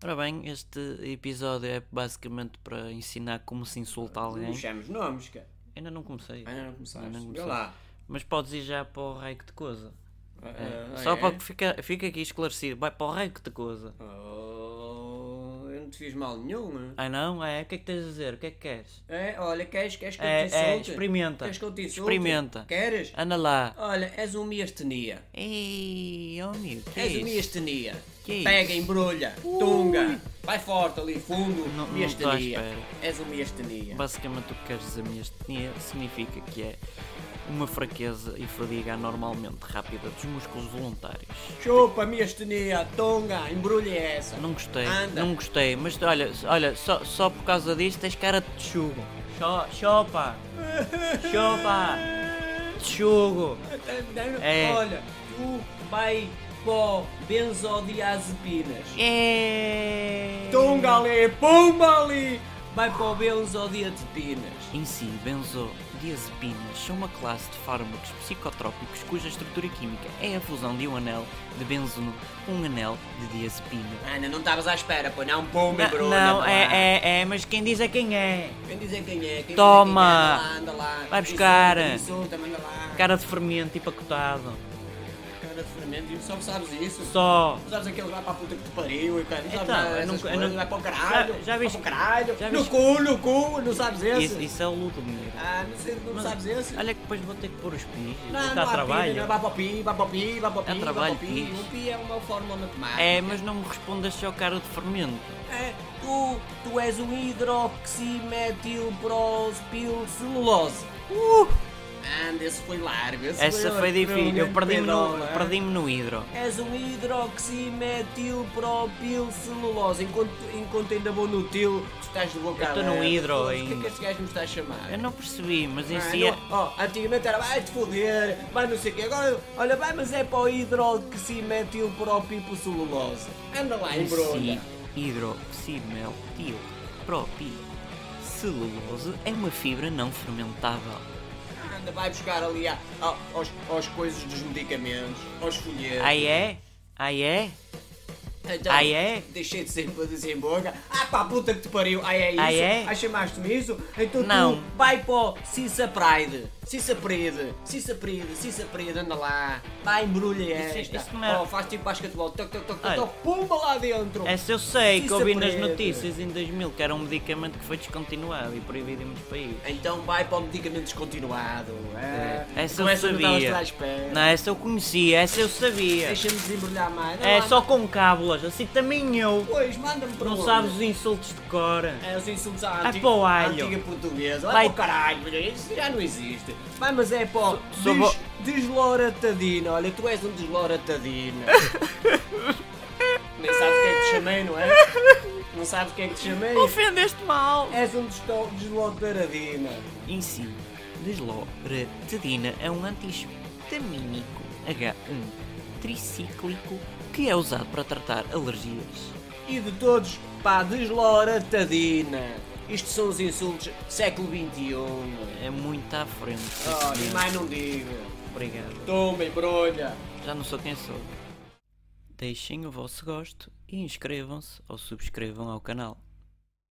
Ora bem, este episódio é basicamente para ensinar como se insulta alguém. Não chamos nomes, cara. Ainda não comecei. Ainda não começaste. Ainda não Vê comecei. lá. Mas podes ir já para o raio que te coisa. Só Para que fica aqui esclarecido. Vai para o raio que te coisa. Eu não te fiz mal nenhum. Ai não? É? O que é que tens a dizer? O que é que queres? Olha, queres que eu te É, insulte? experimenta. Queres que eu te insulte? Experimenta. Queres? Anda lá. Olha, és um miastenia. Ei, oh amigo, que És é um isso? miastenia. Que é Pega, embrulha, tunga. Vai forte ali, fundo. Não estou à Miastenia. espera. És um miastenia. Basicamente o que queres dizer miastenia significa que é uma fraqueza e fadiga anormalmente rápida dos músculos voluntários. Chupa, miastenia, tunga, embrulha essa. Não gostei, Anda. não gostei, mas olha, só por causa disto tens cara de texugo. Chopa! Chopa! Texugo! É. Olha, tu vai para benzodiazepinas. Tunga ali, pumba ali. Vai para o benzodiazepinas. Em si, benzodiazepinas são uma classe de fármacos psicotrópicos cuja estrutura química é a fusão de um anel de benzono com um anel de diazepina. Ainda não estavas à espera, pô, não, pumba e brulha. Não, anda lá. mas quem diz é quem é. Quem dizer quem é? Quem Toma. dizer quem é? Anda lá. Vai buscar. Insulta, manda lá. Cara de fermento empacotado. Cara de fermento, e só sabes isso? Só. Não sabes aquele vai para a puta que te pariu e cara, não sabes Então, nada eu dessas nunca- eu coisas, não- vai para o caralho, Já viste- vai para o caralho, já no viste- cu, não sabes esse? Isso é o Ludomir. Ah, não sei, não sabes esse? Olha que depois vou ter que pôr os pis. Não, Dá não há trabalho. pi, não, vai para o pi, vai para o pi, vai para o pi, Dá vai para trabalho, o pi. pis. O pi é uma fórmula matemática. É, mas não me respondas só cara de fermento. É, tu és um hidroximetilprospilcelulose. Anda, esse foi largo. Essa foi difícil. Eu perdi-me no hidro. És um hidroximetilpropilcelulose. Enquanto ainda vou no til, tu estás de boca Eu estou no aberta. hidro O que é ainda. que este gajo me está a chamar? Eu não percebi, mas em Ah, si é... antigamente era vai-te foder, vai não sei o quê. Agora, olha, vai, mas é para o hidroximetilpropilcelulose. Anda lá, embrulha. Hidroximetilpropilcelulose é uma fibra não fermentável. Anda, vai buscar ali aos coisas dos medicamentos, aos folhetos. Aí é? Aí é? Então, Ah, é? deixei de ser em boca. Ah, pá, puta que te pariu. Ah, é isso? Ah, é? Ah, chamaste-me isso? Então Não. tu vai para o Cisapride, anda lá. Vai, embrulha esta. isso não é- Faz tipo basquetebol. Toc, toc, toc, Olha. toc, pumba lá dentro. Essa eu sei, que eu vi nas Cisapride. notícias em 2000 que era um medicamento que foi descontinuado e proibido em muitos países. Então vai para o medicamento descontinuado. Essa Com eu essa não estavas sabia. à espera. Não, essa eu conhecia, essa eu sabia. Deixa-me desembrulhar mais. É só com cábulas, assim também eu. Pois, manda-me para Não onde? sabes os insultos de cor. É os insultos à Vai antiga, para o alho. antiga portuguesa. Vai- Vai para o caralho, mulher. Isso já não existe. Vai, mas é para o sou desloratadina. Olha, tu és um desloratadina. Nem sabes o que é que te chamei, não é? Não sabes o que é que te chamei? Ofendeste mal. És um deslotaradina. Em si, desloratadina é um antihistamínico H1 tricíclico que é usado para tratar alergias. E de todos, pá, desloratadina. Isto são os insultos século XXI. É muito à frente. E mais não digo. Obrigado. Toma, embrulha. Já não sou quem sou. Deixem o vosso gosto e inscrevam-se ou subscrevam ao canal.